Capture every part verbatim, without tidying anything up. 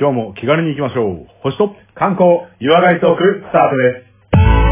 今日も気軽に行きましょう。星と観光、 湯上がりトーク、スタートです。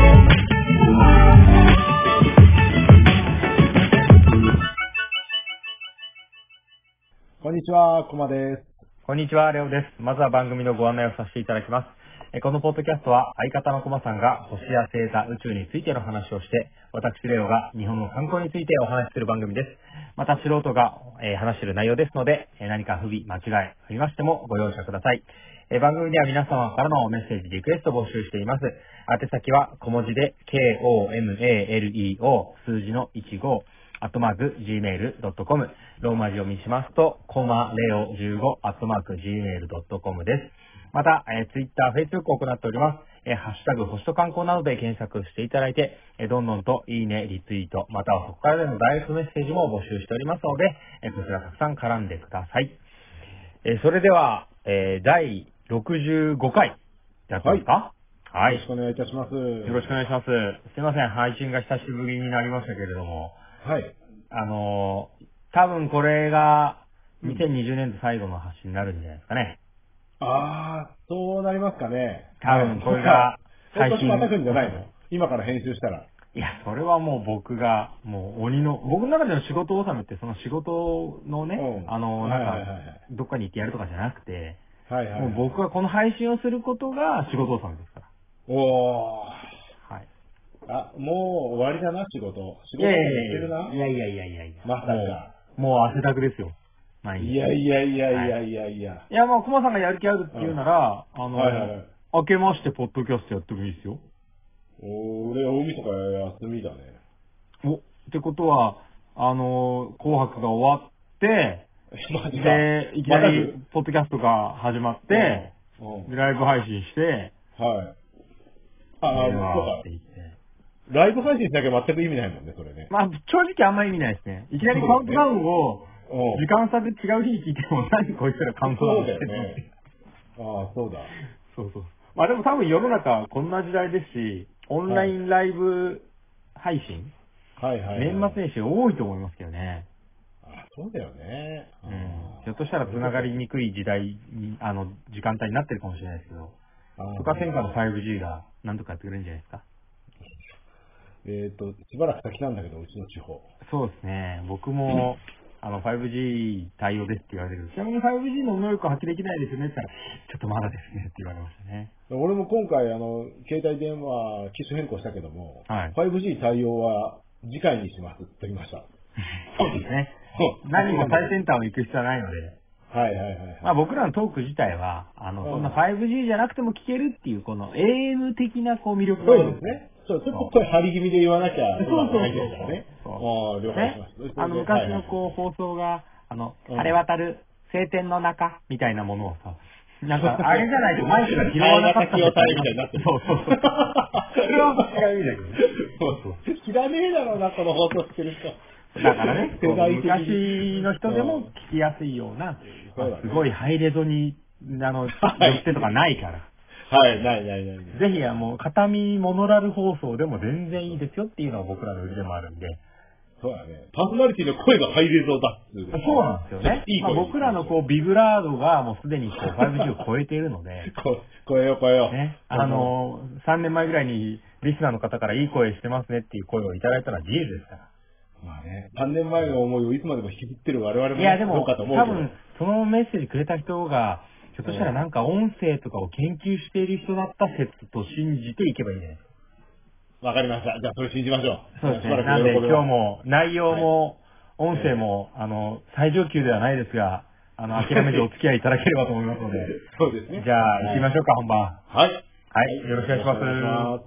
こんにちは、コマです。 こんにちは、レオです。まずは番組のご案内をさせていただきます。このポッドキャストは相方のコマさんが星や星座、宇宙についての話をして、私レオが日本の観光についてお話しする番組です。また素人が、えー、話している内容ですので、えー、何か不備、間違いありましてもご容赦ください。えー、番組では皆様からのメッセージ、リクエストを募集しています。宛先は小文字で ケーオーエムエーエルイーオー 数字のじゅうごアットマーク ジーメールドットコム ローマ字読みしますとコマレオじゅうごアットマーク ジーメールドットコム です。また、えー、Twitter、Facebook を行っております。えー、ハッシュタグ星と観光などで検索していただいて、えー、どんどんといいね、リツイート、またはそこからでのダイレクトメッセージも募集しておりますので、えー、こちらたくさん絡んでください。えー、それでは、えー、だいろくじゅうごかいやってますか？ はい。よろしくお願いいたします。よろしくお願いします。すいません、配信が久しぶりになりましたけれども、 はい。 あのー、多分これがにせんにじゅうねん度最後の発信になるんじゃないですかね。 あー、そうなりますかね。 多分これが配信。今年またくんじゃないの？今から編集したら。 いや、それはもう僕が、もう鬼の、僕の中での仕事納めってその仕事のね、うん、あの、なんか、はいはいはい、どっかに行ってやるとかじゃなくて、はいはいはい、もう僕はこの配信をすることが仕事納めですから。 おー。 はい。 あ、もう終わりだな、仕事。仕事やってるな。 いやいやいやいやいや。 まさか。 もう、もう汗だくですよ。 いやいやいやいやいやいや。 はい、いや、もう、コマさんがやる気あるって言うなら、うん、あの、はいはいはい、明けましてポッドキャストやってもいいですよ。 お俺、大晦日休みだね。 お、ってことは、あの、紅白が終わって、 マジか。 で、いきなり、ポッドキャストが始まって、 うんうん、 でライブ配信して、 はい。ああ、そうか。ライブ配信しなきゃ全く意味ないもんね、それね。 まあ、正直あんまり意味ないですね。いきなりカウントダウンを、時間差で違う日に聞いても、何こいつらカウントダウンしてるの？ そうだよね。ああ、そうだ。 そうそう。まあでも多分世の中こんな時代ですし、オンラインライブ配信、 はい、はいはいはい、 年末年始多いと思いますけどね。 あ、そうだよね。 うん。ひょっとしたら繋がりにくい時代に、あの、時間帯になってるかもしれないですけど、とか戦火の ファイブジー が何とかやってくれるんじゃないですか。 えっと、しばらく先なんだけど、うちの地方。 そうですね。僕も、あの、ファイブジー 対応ですって言われる。ちなみに ファイブジー の能力を発揮できないですよねって言ったら、ちょっとまだですねって言われましたね。 俺も今回、あの、携帯電話機種変更したけども、 はい、 ファイブジー 対応は次回にしますって言いました。 そうですね。何も最先端を行く必要はないので。 はいはいはい、はい。 まあ僕らのトーク自体は、あの、そんな ファイブジー じゃなくても聞けるっていう、この エーエム 的なこう魅力があるんですね。 そう、ちょっと声張り気味で言わなきゃ、 そうそうそう。 ね、ああ、了解しました。あの、昔のこう、放送が、あの、晴れ渡る晴天の中みたいなものをさ、なんか、あれじゃないとマイクが拾わなかったみたいになってる。そうそうそう。それは違う意味だけどね。 そうそう。知らねえだろうな、この放送してる人。 だからね、昔の人でも聞きやすいような、まあ、すごいハイレゾに、あの、寄ってとかないから。 はい、ないないない。 ぜひ、もう、片身モノラル放送でも全然いいですよっていうのが僕らの売りでもあるんで。 そうだね。パーソナリティの声がハイレゾだっつう。 そうなんですよね。いい声、まあ、僕らのこう、ビブラードがもうすでにこう、ファイブジー を超えているので。 超えよう超えよう。 ね。あの、さんねんまえぐらいにリスナーの方からいい声してますねっていう声をいただいたのは事実ですから。 まあね。さんねんまえの思いをいつまでも引きずってる我々も。 いや、でも、多分、そのメッセージくれた人が、ひょっとしたらなんか音声とかを研究している人だった説と信じていけばいいんじゃないですか。わかりました。じゃあそれ信じましょう。 そうですね。なんで今日も内容も音声も、はい、あの、最上級ではないですが、あの、諦めてお付き合いいただければと思いますので。 そうですね。 じゃあ行きましょうか、本番。 はい。 はい。よろしくお願いします。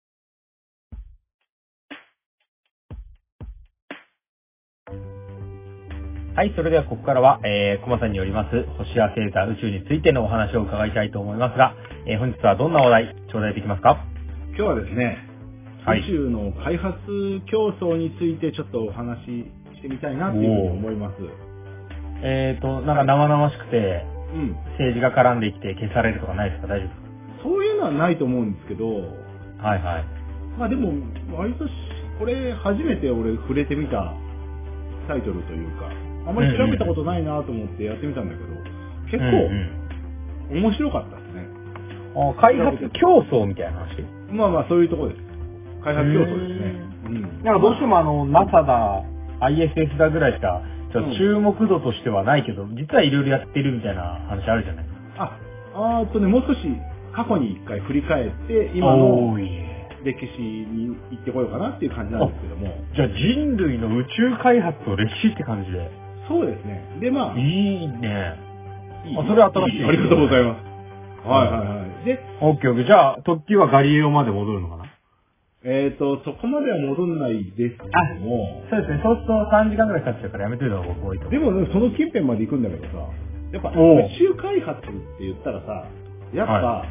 はい、それではここからは、えー、コマさんによります、星や星座、宇宙についてのお話を伺いたいと思いますが、えー、本日はどんな話題、頂戴できますか？ 今日はですね、はい、宇宙の開発競争についてちょっとお話ししてみたいなっていうふうに思います。 えーと、なんか生々しくて、うん、政治が絡んできて消されるとかないですか？大丈夫ですか？ そういうのはないと思うんですけど、 はいはい。 まあでも、割とこれ初めて俺触れてみたタイトルというか、あまり調べたことないなと思ってやってみたんだけど、結構、 面白かったですね。 あ、開発競争みたいな話？ まあまあそういうところです。開発競争ですね。うん。 なんかどうしてもあの、NASA だ、アイエスエス だぐらいしか、ちょっと注目度としてはないけど、実はいろいろやってるみたいな話あるじゃないですか。 あ、あーっとね、もう少し過去に一回振り返って、今の歴史に行ってこようかなっていう感じなんですけども。 じゃあ人類の宇宙開発と歴史って感じで。 そうですね。で、まあ。 いいね。 いいあ、それは新しい。 ありがとうございます。はいはいはい。で、 オッケーオッケー。じゃあ、特急はガリレオまで戻るのかな？ えっと、そこまでは戻んないですけども。 そうですね。そうするとさんじかんぐらいかかっちゃうからやめといた方が僕多いと思う。 でもね、その近辺まで行くんだけどさ、やっぱ宇宙開発って言ったらさ、やっぱ、はい、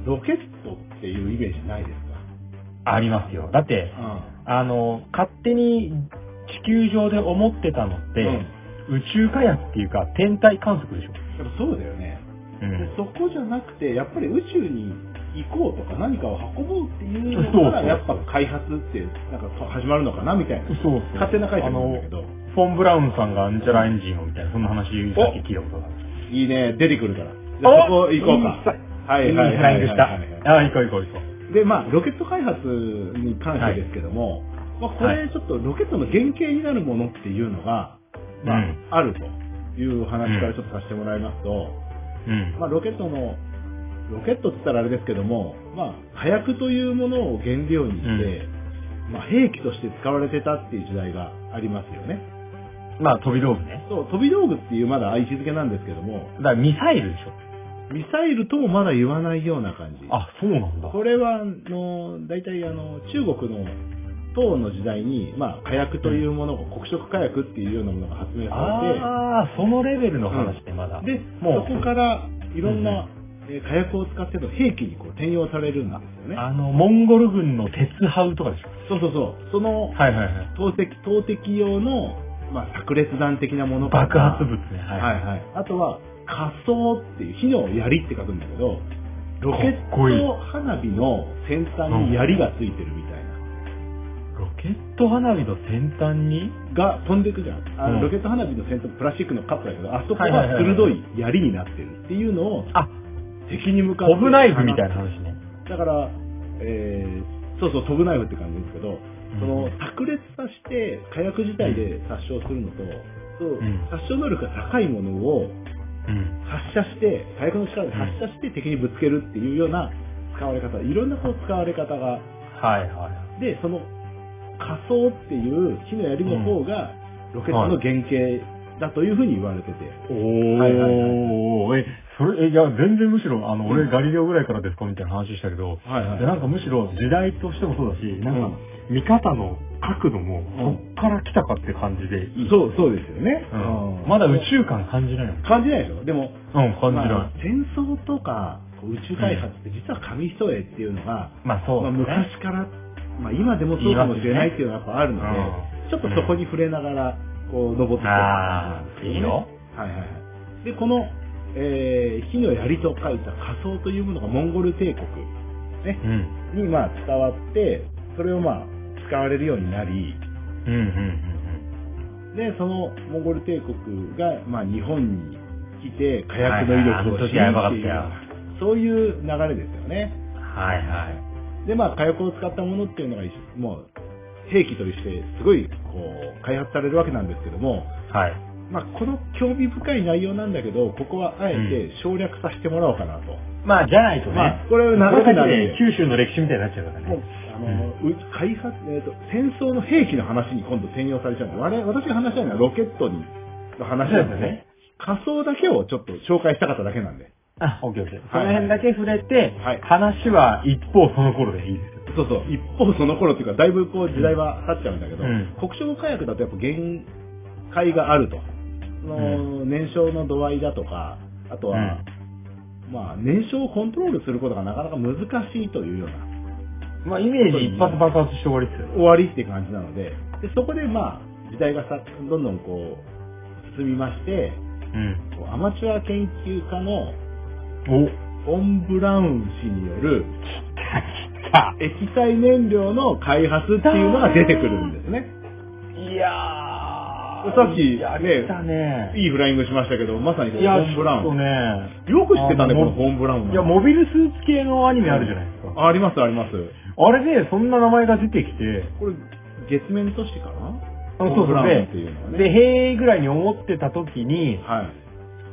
ロケットっていうイメージないですか？ ありますよ。だって、うん、あの、勝手に地球上で思ってたのって、うん、宇宙開発っていうか天体観測でしょ。 やっぱそうだよね。うん、でそこじゃなくて、やっぱり宇宙に行こうとか何かを運ぼうっていうのからやっぱ開発ってなんか始まるのかなみたいな。そうそう勝手な書いてあるんだけど。 フォン・ブラウンさんがうんちゃらエンジンをみたいな、そんな話だけ聞いたことがある。 いいね、出てくるから。じゃあそこ行こうか。はいはいはいはい。 ああ、行こう行こう行こう。 で、まあ、ロケット開発に関してですけども、はい、まあ、これちょっとロケットの原型になるものっていうのが、まあ、うん、あるという話からちょっとさせてもらいますと、うん、まあ、ロケットのロケットって言ったらあれですけども、まあ、火薬というものを原料にして、うん、まあ、兵器として使われてたっていう時代がありますよね。 まあ、飛び道具ね。 そう、飛び道具っていうまだ位置づけなんですけども。 だからミサイルでしょ。 ミサイルともまだ言わないような感じ。 あ、そうなんだ。 これは、あの、大体あの、中国の唐の時代に、まあ、火薬というものを、黒色火薬っていうようなものが発明されて。 ああ、そのレベルの話でまだ。 うん、で、もうそこからいろんな、うんえー、火薬を使っての兵器にこう転用されるんですよね。 あの、モンゴル軍の鉄ハウとかでしょ。 そうそうそう。その、はいはいはい。投石、投擲用の、まあ、炸裂弾的なものから。爆発物ね。 はい、はいはい。あとは、火槍っていう、火の槍って書くんだけど、ロケット花火の先端に槍がついてるみたいな。 うん、ロケット花火の先端にが飛んでいくじゃん。あの、うん、ロケット花火の先端、プラスチックのカップだけど、あそこが鋭い槍になってるっていうのを、あ敵に向かって。 飛ぶナイフみたいな話ね。 だから、えー、そうそう、飛ぶナイフって感じですけど、うん、その、炸裂させて、火薬自体で殺傷するのと、そう、うん、殺傷能力が高いものを、うん、発射して、火薬の力で発射して敵にぶつけるっていうような使われ方、いろんなこう使われ方が。 はいはい。 で、その、火槍っていう火の槍の方が、ロケットの原型だというふうに言われてて。 おー、はいはいはい。えそれ、え、いや、全然むしろ、あの、俺、ガリレオぐらいからですかみたいな話したけど、はいはい、なんかむしろ時代としてもそうだし、なんか、見方の角度も、そっから来たかって感じでいい。 そう、そうですよね。 うん。まだ宇宙感感じないの？ 感じないでしょ？でも、 うん、感じない。 まあ、戦争とか、宇宙開発って実は紙一重っていうのが、 まあそうですね。 まあ昔から、まあ今でもそうかもしれないっていうのがやっぱあるので、ちょっとそこに触れながら、こう、登っていく感じなんですよね。いいよ。はいはいはい。で、この、えー、火の槍と書いた火槍というものがモンゴル帝国、ね、うん、にまあ伝わって、それをまあ使われるようになり、うんうんうんうん、で、そのモンゴル帝国がまあ日本に来て火薬の威力を知るっていう、そういう流れですよね。はいはい。で、まあ火薬を使ったものっていうのがもう兵器としてすごいこう開発されるわけなんですけども、はい。まあ、この興味深い内容なんだけど、ここはあえて省略させてもらおうかなと。 うん、まあ、じゃないとね。まあ、 これは長くなるんで。 九州の歴史みたいになっちゃうからね。もう、 あの、うん、開発、えっと、戦争の兵器の話に今度転用されちゃうんで、我々、私が話したいのはロケットに、の話なんですね。仮想だけをちょっと紹介したかっただけなんで。 あ、オッケーオッケー。その辺だけ触れて、はい、話は一方その頃でいいですよ。そうそう。一方その頃っていうか、だいぶこう時代は経っちゃうんだけど、うん、黒色火薬だとやっぱ限界があると。の燃焼の度合いだとか、あとは、うん、まあ、燃焼をコントロールすることがなかなか難しいというような。 まあ、イメージ一発爆発して終わりですよね。 終わりっていう感じなので、で、そこでまあ、時代がさ、どんどんこう、進みまして、うん、アマチュア研究家の、フォン・ブラウン氏による、液体燃料の開発っていうのが出てくるんですね。 いやー、 さっき、 ね、ねいいフライングしましたけど、まさにこのホーンブラウン。 ね、 よく知ってたね、このホーンブラウン。 いや、モビルスーツ系のアニメあるじゃないですか。 あります、あります。 あれで、そんな名前が出てきて、 これ、月面都市かなそうそうそう。で、で、へーぐらいに思ってた時に、はい、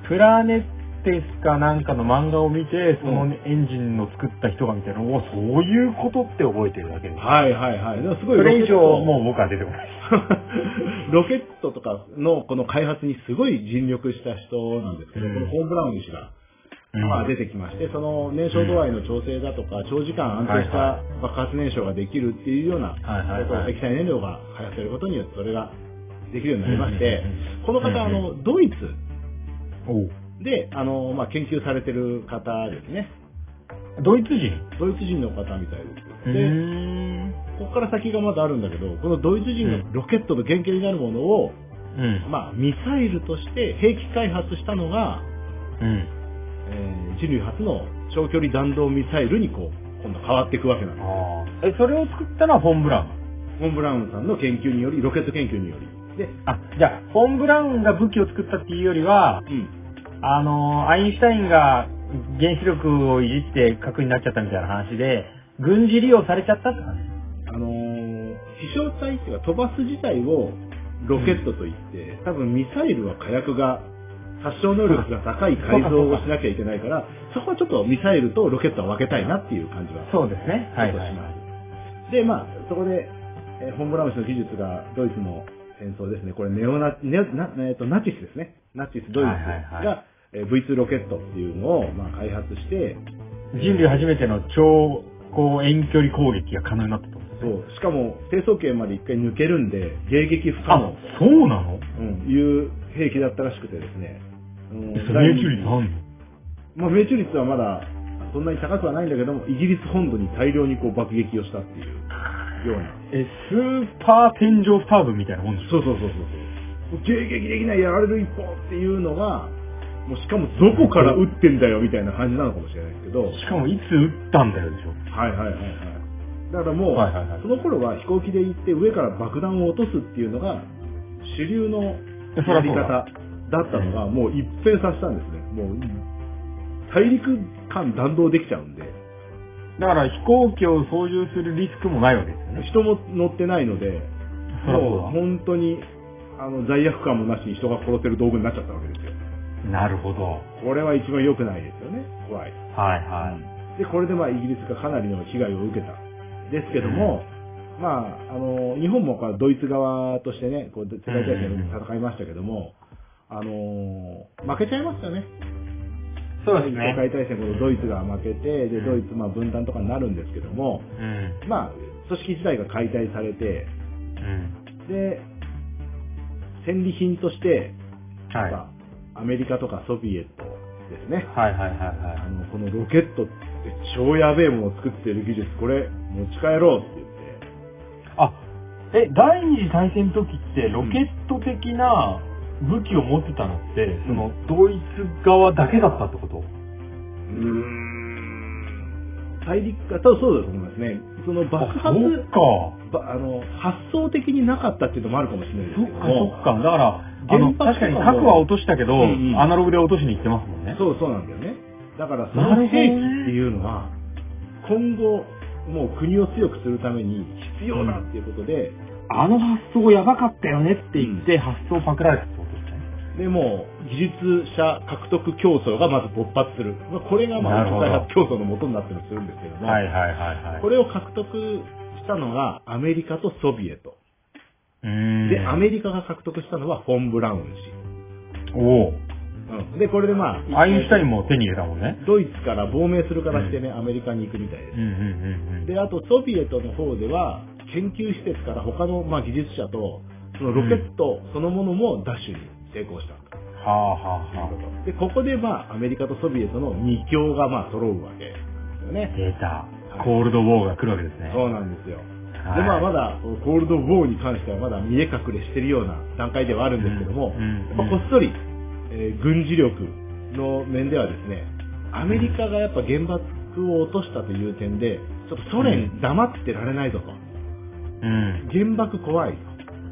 プラネテスかなんかの漫画を見て、そのエンジンの作った人が見てるのを、そういうことって覚えてるだけです。 はいはいはい。でもすごいそれ以上、もう僕は出てこない。 ロケットとかのこの開発にすごい尽力した人なんですけど、うん、このホーンブラウン氏が、まあ、出てきまして、その燃焼度合いの調整だとか、長時間安定した爆発燃焼ができるっていうようなことを、液体燃料が開発されることによってそれができるようになりまして、この方、あの、ドイツで、あの、まあ、研究されてる方ですね。 ドイツ人ドイツ人の方みたいです。で、ここから先がまだあるんだけど、このドイツ人のロケットの原型になるものを、うん、まあ、ミサイルとして兵器開発したのが、うんえー、人類初の長距離弾道ミサイルにこう、今度変わっていくわけなんです。 え、それを作ったのはフォン・ブラウンフォン・ブラウンさんの研究により、ロケット研究により。 で、あ、じゃあ、フォン・ブラウンが武器を作ったっていうよりは、うん、あの、アインシュタインが原子力をいじって核になっちゃったみたいな話で、軍事利用されちゃったって感じ？ あのー、飛翔体っていうか飛ばす自体をロケットといって、うん、多分ミサイルは火薬が殺傷能力が高い改造をしなきゃいけないから、そこはちょっとミサイルとロケットは分けたいなっていう感じは。 そうですね。はい、はい。 で、まあ、そこで、えー、フォン・ブラウン氏の技術がドイツの戦争ですね。これネオナ、ネオナ、えーと、ナチスですね。ナチスドイツが、はいはいはいえー、ブイツー ロケットっていうのを、まあ、開発して、 人類初めての超高遠距離攻撃が可能になったと。 そう。しかも、成層圏まで一回抜けるんで、迎撃不可能。 あ、そうなの？ うん。いう兵器だったらしくてですね。 うん、それ命中率あんの？ まあ、命中率はまだ、そんなに高くはないんだけども、イギリス本土に大量にこう爆撃をしたっていうような。 え、スーパー天井スターブみたいなもんですか？そうそうそうそう。迎撃できない、やられる一方っていうのが、もうしかもどこから撃ってんだよみたいな感じなのかもしれないですけど。 しかもいつ撃ったんだよでしょ。 はいはいはいはい。だからもう、はいはいはい、その頃は飛行機で行って上から爆弾を落とすっていうのが主流のやり方だったのがもう一変させたんですね。もう大陸間弾道できちゃうんで。 だから飛行機を操縦するリスクもないわけですよね。 人も乗ってないので、もう本当にあの罪悪感もなしに人が殺せる道具になっちゃったわけですよ。 なるほど。 これは一番良くないですよね。怖い。 はいはい。 で、これでまあイギリスがかなりの被害を受けた。ですけども、うん、まあ、あの、日本もドイツ側としてね、こう世界大戦で戦いましたけども、あの、負けちゃいましたよね。 そうですね。 世界大戦このドイツが負けて、で、ドイツまあ分断とかになるんですけども、うん、まあ、組織自体が解体されて、うん、で、戦利品として、はい、アメリカとかソビエトですね。 はいはいはいはい。 あの、このロケットって超やべえものを作ってる技術、これ持ち帰ろうって言って。 あ、え、第二次大戦の時ってロケット的な武器を持ってたのって、うん、そのドイツ側だけだったってこと？うーん。大陸か、そうそうだと思いますね。その爆発、 かあの、発想的になかったっていうのもあるかもしれないですけども。 そっか、そっか。だから、あの、確かに核は落としたけど、うんうん、アナログで落としに行ってますもんね。 そう、そうなんだよね。だから、その兵器っていうのは、今後、もう国を強くするために必要だっていうことで、うん、 あの発想やばかったよねって言って、発想をパクられたってことですね。 で、もう、技術者獲得競争がまず勃発する。これがまあ、開発競争の元になってるするんですけども、 はいはいはいはい。 これを獲得したのがアメリカとソビエト。で、アメリカが獲得したのはフォン・ブラウン氏。 おお。 うん、で、これでまあ、 アインシュタインも手に入れたもんね。 ドイツから亡命する形でね、うん、アメリカに行くみたいです。うんうんうんうん、で、あとソビエトの方では、研究施設から他のまあ技術者と、そのロケットそのものもダッシュに成功した。 はあはあはあ。で、ここでまあ、アメリカとソビエトの二強がまあ揃うわけですよね。 出た。コールドウォーが来るわけですね。 そうなんですよ。はい、で、まあ、まだ、コールドウォーに関してはまだ見え隠れしてるような段階ではあるんですけども、うんうん、まあ、こっそり、えー、軍事力の面ではですね、アメリカがやっぱ原爆を落としたという点で、ちょっとソ連黙ってられないぞと。うん、原爆怖いと。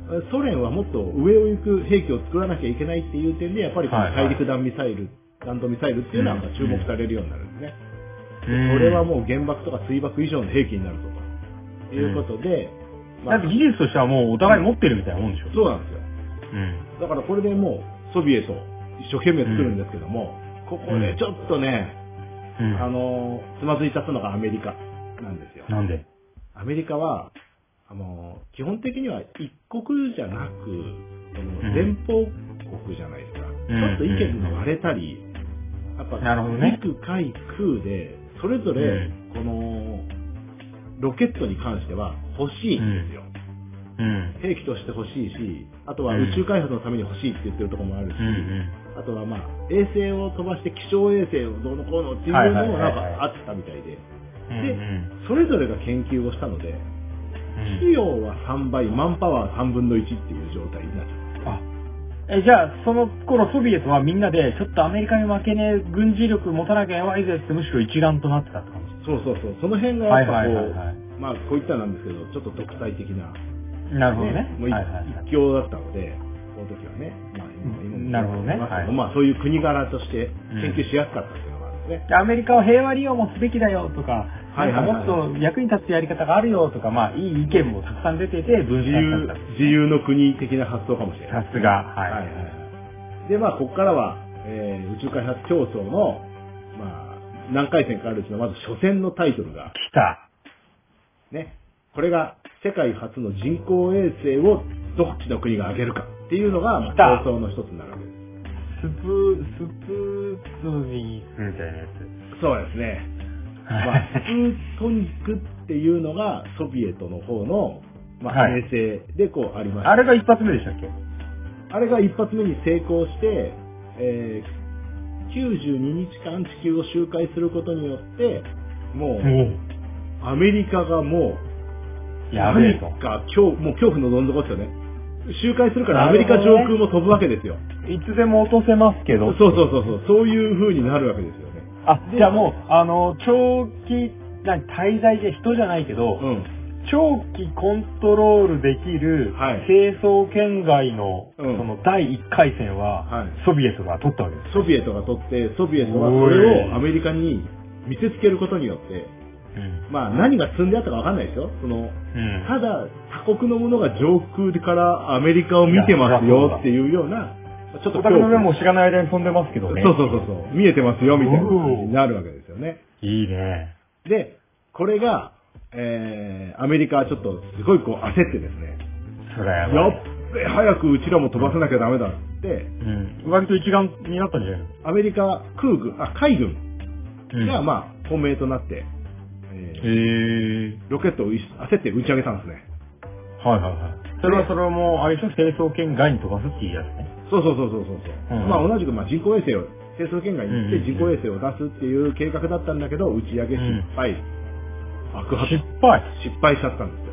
ソ連はもっと上を行く兵器を作らなきゃいけないっていう点で、やっぱりこの大陸弾ミサイル、弾道ミサイルっていうのは注目されるようになるんですね。それはもう原爆とか水爆以上の兵器になるぞということで、 まあ、だって技術としてはもうお互い持ってるみたいなもんでしょ。 そうなんですよ。うん、だからこれでもうソビエト一生懸命作るんですけども、うん、ここでちょっとね、うん、あのつまずいちゃったのがアメリカなんですよ。 なんで？ アメリカはあの基本的には一国じゃなく、その連邦国じゃないですか。うん、ちょっと意見が割れたり、やっぱ陸海空でそれぞれこのロケットに関しては欲しいんですよ。うん、兵器として欲しいし、あとは宇宙開発のために欲しいって言ってるところもあるし、うんうん、あとはまあ衛星を飛ばして気象衛星をどうのこうのっていうのもなんかあったみたいで、で、それぞれが研究をしたので、費用はさんばい、マンパワーさんぶんのいちっていう状態になっちゃう。 あ、え、じゃあその頃ソビエトはみんなでちょっとアメリカに負けねえ軍事力持たなきゃやばいぜってむしろ一丸となってたって感じ。 そうそうそう。その辺がやっぱこう、まあこういったなんですけど、ちょっと独裁的な。 なるほどね。 もう一強だったので、この時はね。まあ今もなるほどね。 まあそういう国柄として研究しやすかったっていうのがあるんですね。 アメリカは平和利用もすべきだよとか、なんかもっと役に立つやり方があるよとか、まあいい意見もたくさん出てて分散された。 自由の国的な発想かもしれない。 さすが。はい。 はいはい。でまあここからは、えー、宇宙開発競争のまあ何回戦かあるうちのまず初戦のタイトルが来た。 ね。これが世界初の人工衛星をどっちの国が上げるかっていうのが、まあ、競争の一つになるわけです。 スプ、スプートニクみたいなやつ。 そうですね。まあ、スプートニクっていうのがソビエトの方の、まあ、衛星でこうありました、 はい。あれが一発目でしたっけ？ あれが一発目に成功して、えー、きゅうじゅうににちかん地球を周回することによって、もう、アメリカがもう、 やべえと。 何か恐もう恐怖のどん底ですよね。周回するからアメリカ上空も飛ぶわけですよ。 いつでも落とせますけど。 そうそうそうそう。そういう風になるわけですよね。 あ、じゃあもう、あの、長期、何、滞在で人じゃないけど、うん、長期コントロールできる、成層圏外の、はい、そのだいいっかい戦は、はい、ソビエトが取ったわけです。 ソビエトが取って、ソビエトはそれをアメリカに見せつけることによって、うん、まあ何が積んであったかわかんないですよ。その、うん、ただ他国のものが上空からアメリカを見てますよっていうような、 ちょっとお宅の上も知らない間に飛んでますけどね。 そうそうそうそう、見えてますよみたいな感じになるわけですよね。 いいね。 で、これが、えー、アメリカはちょっとすごいこう焦ってですね。 それやばい。 やっべ早くうちらも飛ばさなきゃダメだって。 うん。割と一丸になったんじゃないの？ アメリカ空軍、あ、海軍がまあ本命となって。 えー、 ロケットを焦って打ち上げたんですね。 はいはいはい。それはそれも、あれでしょ、成層圏外に飛ばすっていうやつね。 そうそうそうそうそう。うんうん、まあ同じくまあ人工衛星を、成層圏外に行って人工衛星を出すっていう計画だったんだけど、打ち上げ失敗。うん、爆発。 失敗失敗しちゃったんですよ。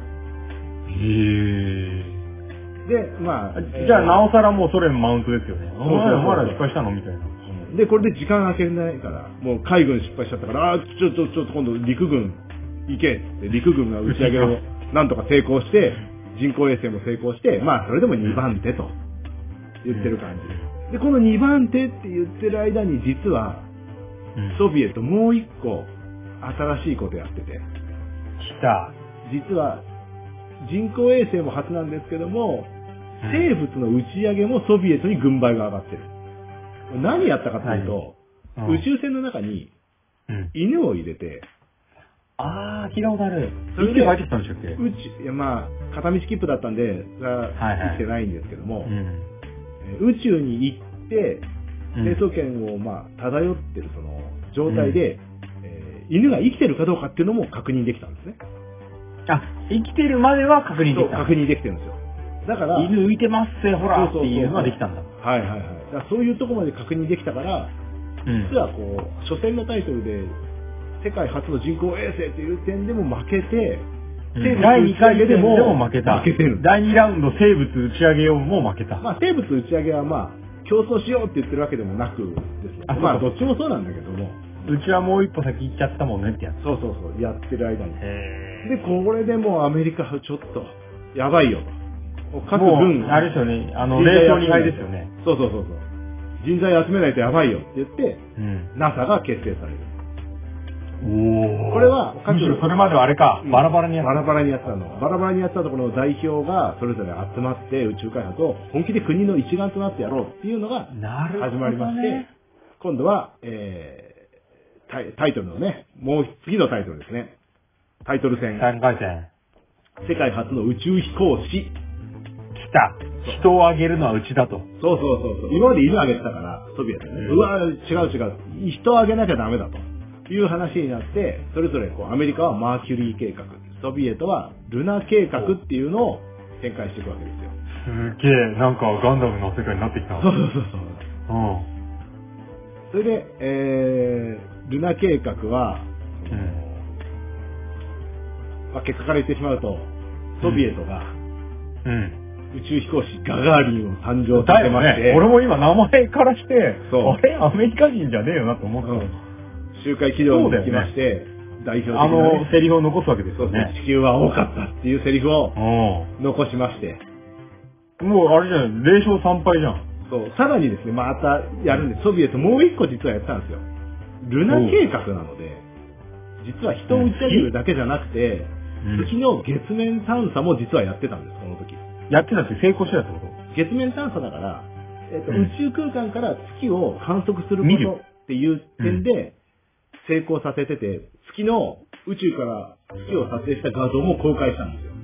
へー。 で、まあ。 じゃあなおさらもうソ連マウントですよね。お前らまだ失敗したのみたいな。 で、これで時間空けないから、もう海軍失敗しちゃったから、ああ、ちょっと、ちょっと今度陸軍行けって陸軍が打ち上げをなんとか成功して、人工衛星も成功して、まあそれでもにばん手と言ってる感じ。で、このにばん手って言ってる間に実は、ソビエトもう一個新しいことやってて。 来た。 実は、人工衛星も初なんですけども、生物の打ち上げもソビエトに軍配が上がってる。何やったかというと、はい、宇宙船の中に犬を入れて、 うん、あー、聞いたことある。それで入ってきたんでしたっけ？ 宇宙、いやまあ、片道切符だったんで、それは生きてないんですけども、はいはいはいうん、宇宙に行って、成層圏をまあ漂ってるその状態で、うんえー、犬が生きてるかどうかっていうのも確認できたんですね。 あ、生きてるまでは確認できた。 確認できてるんですよ。だから犬浮いてますせほらっていうのはできたんだ。 はいはいはい。だからそういうところまで確認できたから、うん、実はこう初戦のタイトルで世界初の人工衛星という点でも負けて、 うん、だいにかいでも負けた。 負けてる。 だいにラウンド生物打ち上げようも負けた。 まあ生物打ち上げはまあ競争しようって言ってるわけでもなくですね。まあどっちもそうなんだけども。 うちはもう一歩先行っちゃったもんねってやつ。 そうそうそうやってる間に。でこれでもうアメリカはちょっとやばいよと。 各軍、 あれですよね、あの、れい勝にはいですよね。 そうそうそうそう。人材集めないとやばいよって言って、うん、ナサ が結成される。 おこれは、 むしろそれまではあれか、バラバラにやってた。 バラバラにやってたの。バラバラにやってたところの代表がそれぞれ集まって宇宙開発を本気で国の一丸となってやろうっていうのが始まりまして、ね、今度は、えータイ、タイトルのね、もう次のタイトルですね。タイトル戦。 さんかい戦。 世界初の宇宙飛行士。 来た。人をあげるのはうちだと。 そうそうそうそう。今まで犬あげてたから、ソビエトね。うん、うわ、違う違う。人をあげなきゃダメだと。いう話になって、それぞれこうアメリカはマーキュリー計画、ソビエトはルナ計画っていうのを展開していくわけですよ。 すげえ、なんかガンダムの世界になってきた。 そうそうそうそう。 うん。 それで、えー、ルナ計画は、うんまあ、結果から言ってしまうと、ソビエトが、うん、宇宙飛行士ガガーリンを誕生させまして、 ね、俺も今名前からして、あれアメリカ人じゃねえよなと思った。うん周回軌道に行きまして、ね、代表的な、ね、 あのセリフを残すわけですよね。 地球は多かったっていうセリフを残しまして。 もうあれじゃん、れい勝さん敗じゃん。 そう、さらにですね、またやるんで、ソビエトもう一個実はやってたんですよ。ルナ計画なので、実は人を打ち上げるだけじゃなくて、うん、月の月面探査も実はやってたんです、この時。 やってたって成功してたってこと？ 月面探査だから、えっとうん、宇宙空間から月を観測することっていう点で、成功させてて、月の宇宙から月を撮影した画像も公開したんですよ。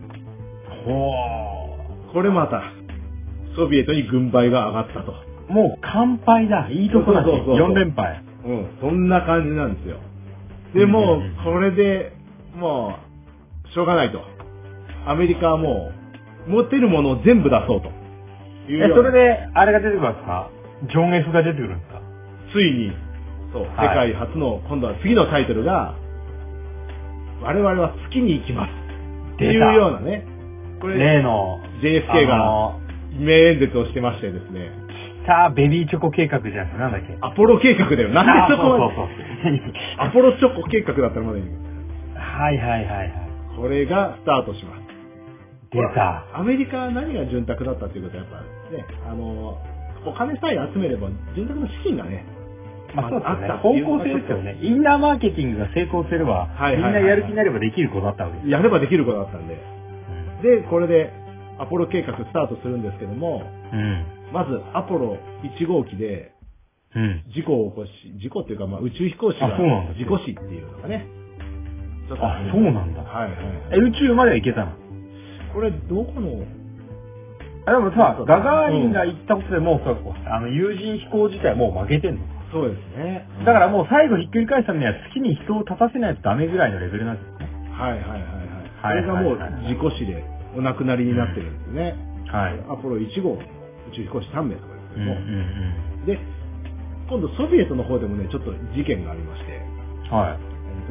ほー。 これまた、ソビエトに軍配が上がったと。 もう完敗だ。いいとこだし。よん連敗。 うん、そんな感じなんですよ。で、もう、これで、もう、しょうがないと。アメリカはもう、持ってるものを全部出そうと。 え、それで、あれが出てくるんですか？ジョン F が出てくるんですか？ ついに、そう、世界初の、今度は次のタイトルが、我々は月に行きます。っていうようなね。 これ、例のジェイエフケー が名演説をしてましてですね。 さあ、ベビーチョコ計画じゃん。なんだっけ？ アポロ計画だよ。なんでそこまで。 そうそうそうアポロチョコ計画だったらまだいい。 はいはいはいはい。 これがスタートします。 出た。 アメリカは何が潤沢だったっていうことはやっぱね、あの、お金さえ集めれば潤沢の資金がね、 まあ、そうですね。方向性ですよね。インナーマーケティングが成功すれば、はいはいはいはい、みんなやる気になればできることだったわけです。 やればできることだったんで。うん、で、これでアポロ計画スタートするんですけども、うん、まずアポロいち号機で、事故を起こし、事故っていうか、まあ、宇宙飛行士が事故死っていうのがね。 ちょっとあ、そうなんだ。 はいはい、はい。 え、宇宙までは行けたの？ これ、どこのあ、でもさ、ガガーリンが行ったことでもう、あの、有人飛行自体もう負けてんの？ そうですね。 だからもう最後ひっくり返すためには月に人を立たせないとダメぐらいのレベルなんですね。 はいはいはいはい。それがもう事故死でお亡くなりになってるんですね。はい。アポロいち号宇宙飛行士さん名とかですけども。うんうんうん、で、今度ソビエトの方でもね、ちょっと事件がありまして。はい。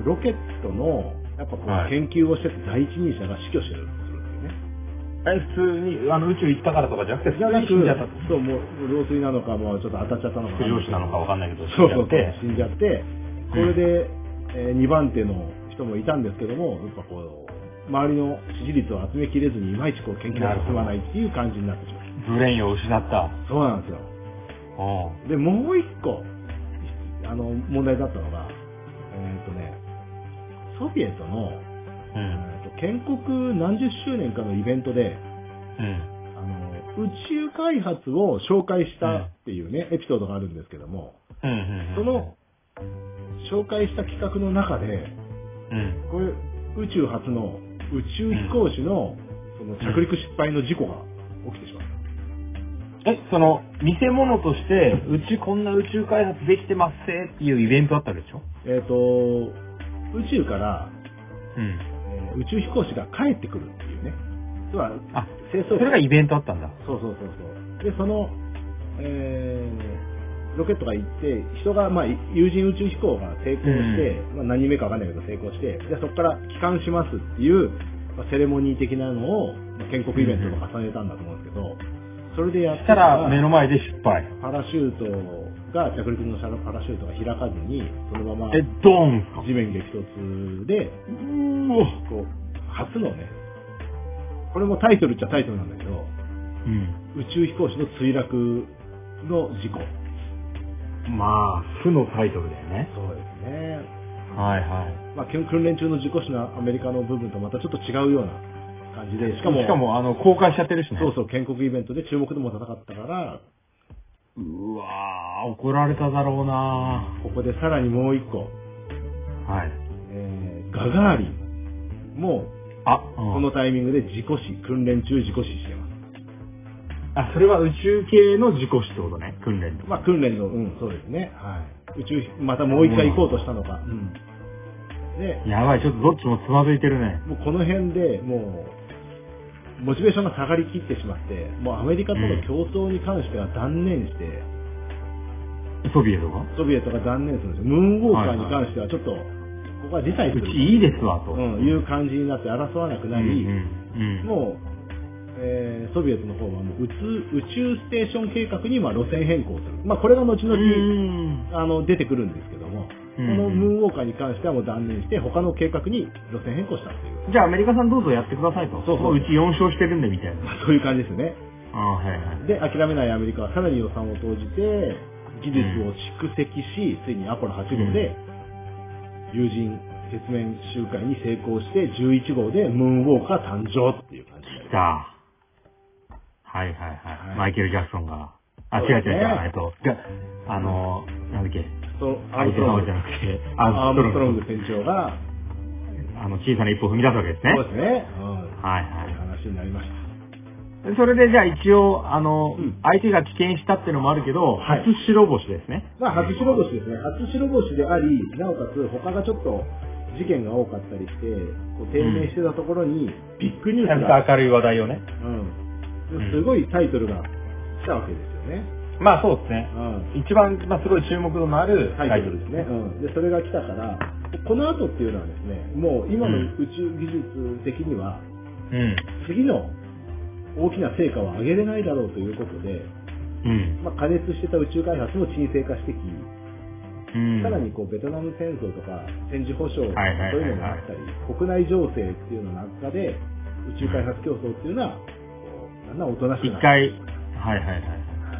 ロケットの、やっぱこう研究をしてた第一人者が死去してるんですよね。 え、普通にあの宇宙行ったからとかじゃなくて、 普通に死んじゃった。そう、もう老衰なのか、もうちょっと当たっちゃったのか。 不良死なのかわかんないけど、 死んじゃって。死んじゃって、これで、えー、にばん手の人もいたんですけども、やっぱこう、周りの支持率を集めきれずに、いまいちこう研究が進まないっていう感じになってしまう。 ブレインを失った。 そうなんですよ。で、もう一個、あの、問題だったのが、えっとね、ソビエトの、うん、建国何十周年かのイベントで、うん、あの宇宙開発を紹介したっていうね、うん、エピソードがあるんですけども、うんうんうん、その紹介した企画の中で、うん、これ宇宙初の宇宙飛行士の、その着陸失敗の事故が起きてしまった。 え、その見せ物としてうちこんな宇宙開発できてますせっていうイベントあったでしょ？ えっと宇宙から、うんえー、宇宙飛行士が帰ってくるっていうね。要はあ、それがイベントあったんだ。 そうそうそうそう。でその、えー、ロケットが行って人がまあ有人宇宙飛行が成功して、うんまあ、何人目かわかんないけど成功して、でそこから帰還しますっていう、まあ、セレモニー的なのを、まあ、建国イベントと重ねたんだと思うんですけど。それでやったら目の前で失敗。 パラシュートが着陸のパラシュートが開かずにそのままえドーン地面激突でうこう初のねこれもタイトルっちゃタイトルなんだけど宇宙飛行士の墜落の事故。 まあ、負のタイトルだよね。 そうですね。 はいはい。 まあ、訓練中の事故死のアメリカの部分とまたちょっと違うような感じで、しかも、 しかも、あの、公開しちゃってるしね。 そうそう、建国イベントで注目度も高かったから、 うわー、怒られただろうな。 ここでさらにもう一個。 はい。 えー、ガガーリンも、 あ、うん、 このタイミングで事故死、訓練中事故死してます。 あ、それは宇宙系の事故死ってことね、訓練の。 まあ、訓練の、うん、そうですね。はい。宇宙、またもう一回行こうとしたのか。うん。で、 やばい、ちょっとどっちもつまずいてるね。 もうこの辺でもう、モチベーションが下がりきってしまって、もうアメリカとの競争に関しては断念して、 うん、ソビエトがソビエトが断念するんですよ。ムーンウォーカーに関してはちょっと、ここは辞退する。 うちいいですわ、と。 うん、いう感じになって争わなくなり、 うんうんうん、もう、 えー、ソビエトの方はもう宇宙、宇宙ステーション計画にまあ路線変更する。まあこれが後々、あの、出てくるんですけども、このムーンウォーカーに関してはもう断念して、他の計画に路線変更したっていう。 じゃあアメリカさんどうぞやってくださいと。そうそう。もううちよん勝してるんでみたいな。 まあそういう感じですね。 ああ、はいはい。 で、諦めないアメリカはさらに予算を投じて、技術を蓄積し、ついにアポロはち号で、有人月面周回に成功して、じゅういち号でムーンウォーカー誕生っていう感じで。 来た。はいはいはい。はい、マイケル・ジャクソンが。あ、違う違う違う。えっと、じゃあの、なんだっけ。 そう、アームストロングじゃなくて、アームストロング船長が、 あの、小さな一歩を踏み出すわけですね。 そうですね。うん。 はいはい。 話になりました。 それでじゃあ一応、あの、うん、相手が棄権したっていうのもあるけど、はい、初白星ですね。 まあ、初白星ですね。初白星であり、なおかつ他がちょっと事件が多かったりして、こう低迷してたところに、ビッグニュースが。 ちゃんと明るい話題をね。 うん。すごいタイトルが来たわけですよね。 まあそうですね。うん、一番、まあ、すごい注目度のあるタイトルですね。うん。で、それが来たから、この後っていうのはですね、もう今の宇宙技術的には、うん、次の大きな成果を上げれないだろうということで、うん、まあ、過熱してた宇宙開発も沈静化してき、うん、さらにこうベトナム戦争とか戦時保障とかそういうのがあったり、国内情勢っていうのの中で宇宙開発競争っていうのは、だんだんおとなしくなる。 一回、はいはいはい。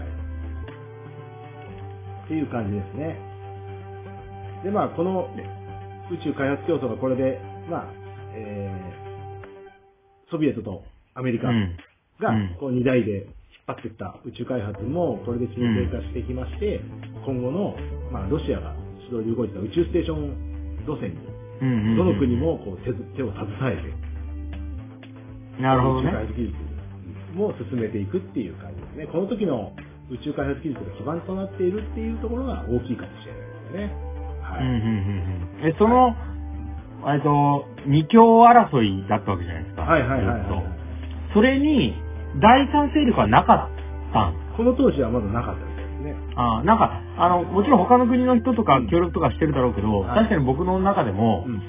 っていう感じですね。で、まあ、この宇宙開発競争がこれで、まあ、えー、ソビエトとアメリカが、こう、二台で引っ張っていった宇宙開発も、これで沈静化していきまして、うん、今後の、まあ、ロシアが主導で動いてた宇宙ステーション路線に、どの国もこう手、手を携えて、 なるほどね。 宇宙開発技術も進めていくっていう感じですね。この時の宇宙開発技術が基盤となっているっていうところが大きいかもしれないですね。はい。うんうんうんうん、え、その、はい、えっと、二強争いだったわけじゃないですか。 はいはいはい、はい。 それに、第三勢力はなかったんですか？ この当時はまだなかったみたいですね。 ああ、なんか、あの、もちろん他の国の人とか協力とかしてるだろうけど、うん、確かに僕の中でも、うん、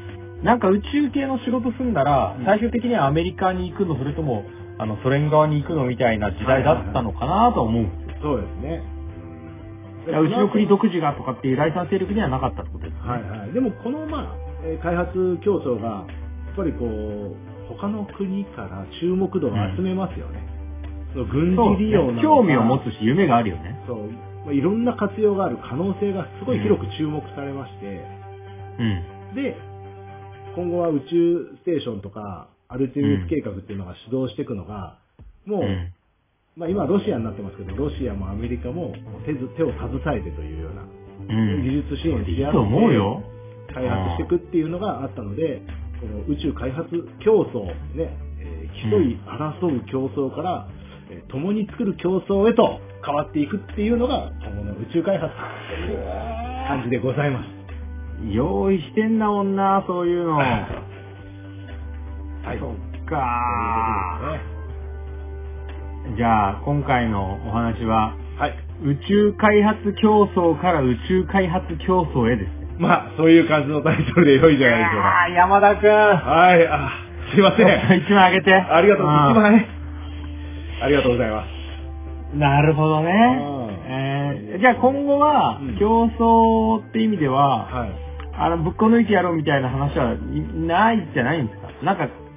なんか宇宙系の仕事すんだら、最終的にはアメリカに行くの、それとも、あの、ソ連側に行くのみたいな時代だったのかなと思うんですよ。 そうですね。 うちの国独自がとかっていう第三勢力にはなかったってことですね。 はいはい。でもこのまあ、えー、開発競争が、やっぱりこう、他の国から注目度を集めますよね。うん、その軍事利用なのか、 興味を持つし夢があるよね。 そう。まあ、いろんな活用がある可能性がすごい広く注目されまして、うん。で、今後は宇宙ステーションとか、アルテミス計画っていうのが主導していくのが、もう、うん、まあ今ロシアになってますけど、ロシアもアメリカも手手を携えてというような、うん、技術支援し合って開発していくっていうのがあったので、この宇宙開発競争、ね、えー、競い争う競争から、えー、共に作る競争へと変わっていくっていうのが、今後の宇宙開発という感じでございます。 用意してんだもんな、そういうの。はい。そっかー。じゃあ、今回のお話は、はい。宇宙開発競争から宇宙開発競争へですね。 まあ、そういう感じのタイトルで良いじゃないでしょうか。 ああ、山田くん。 はい、あ、すいません。 一枚あげて。 ありがとう、一枚。ありがとうございます。 なるほどね。えー、じゃあ今後は、競争って意味では、うん、はい。あの、ぶっこ抜いてやろうみたいな話はないじゃないんですか？なんか、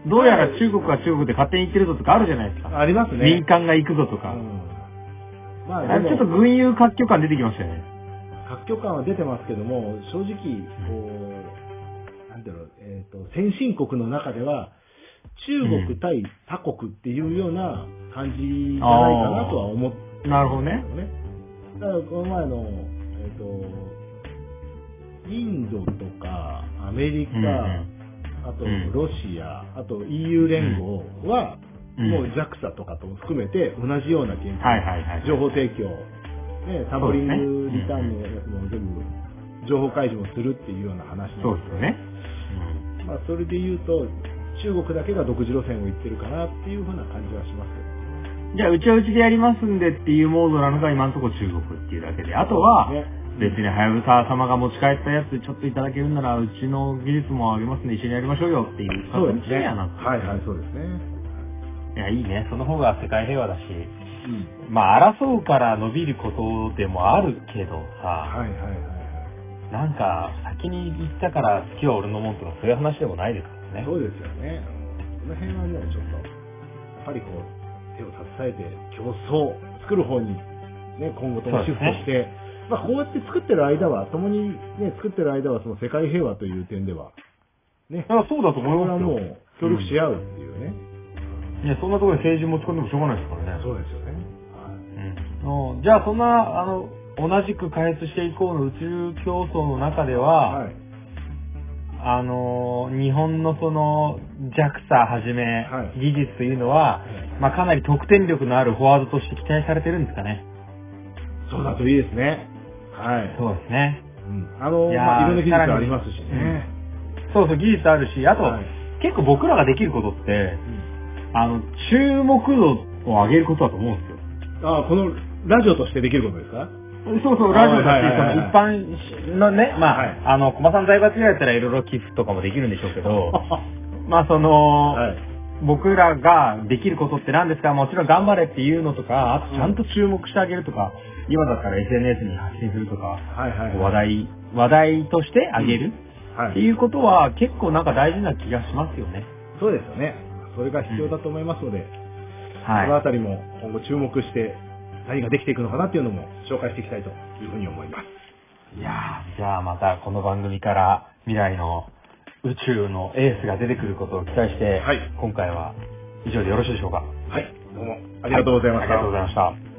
どうやら中国は中国で勝手に行ってるぞとかあるじゃないですか。 ありますね。 民間が行くぞとか。うん、まあ、ちょっと群雄割拠感出てきましたよね。 割拠感は出てますけども、正直、こう、なんていうの、えっと、先進国の中では、中国対他国っていうような感じじゃないかなとは思ってます、 ね、なるほどね。 だからこの前の、えっと、インドとかアメリカ、うん、あとロシア、あと イーユー 連合は、もう ジャクサ とかとも含めて同じような研究、情報提供、ね、サンプリングリターンのやつも全部情報開示もするっていうような話なんですよ。 そうですよね。 うん、まあそれで言うと中国だけが独自路線を行ってるかなっていうふうな感じはしますけど。 じゃあうちはうちでやりますんでっていうモードなのが今のところ中国っていうだけで、あとは、ね、別にはやぶさ様が持ち帰ったやつちょっといただけるならうちの技術もありますんで一緒にやりましょうよっていう。 そうですね。はいはい、そうですね。 いや、いいね。その方が世界平和だし、うん、まあ争うから伸びることでもあるけどさ、はいはいはいはい、なんか先に行ったから月は俺のもんとかそういう話でもないですからね。 そうですよね。この辺はもうちょっとやっぱりこう手を携えて競争作る方にね今後ともシフトして、ね、まあこうやって作ってる間は共にね作ってる間はその世界平和という点ではね、 あ、そうだと思いますよ。 これはもう協力し合うっていうね。 うん、いやそんなところで政治持ち込んでもしょうがないですからね。 そうですよね。 はい。うん。じゃあそんなあの同じく開発していこうの宇宙競争の中では。はい、あの日本のその ジャクサ はじめ、はい、技術というのは、はい、まあかなり得点力のあるフォワードとして期待されてるんですかね。 そうだといいですね。はい。 そうですね。 うん、あのいまあ、いろんな技術ありますしね。 うん、そうそう技術あるし、あと、はい、結構僕らができることって、うん、あの注目度を上げることだと思うんですよ。 ああこのラジオとしてできることですか？ そうそう、ラジオだし、その一般のね、まあ、はい、あの、駒さん財閥やったらいろいろ寄付とかもできるんでしょうけど、まあその、はい、僕らができることって何ですか？もちろん頑張れっていうのとか、あとちゃんと注目してあげるとか、うん、今だったら エスエヌエス に発信するとか、はいはいはい、話題、話題としてあげる、うんはい、っていうことは結構なんか大事な気がしますよね。 そうですよね。それが必要だと思いますので、うんはい、そのあたりも今後注目して、何ができていくのかなっていうのも紹介していきたいというふうに思います。 いやー、じゃあまたこの番組から未来の宇宙のエースが出てくることを期待して、はい、今回は以上でよろしいでしょうか。 はい、どうもありがとうございました。 はい、ありがとうございました。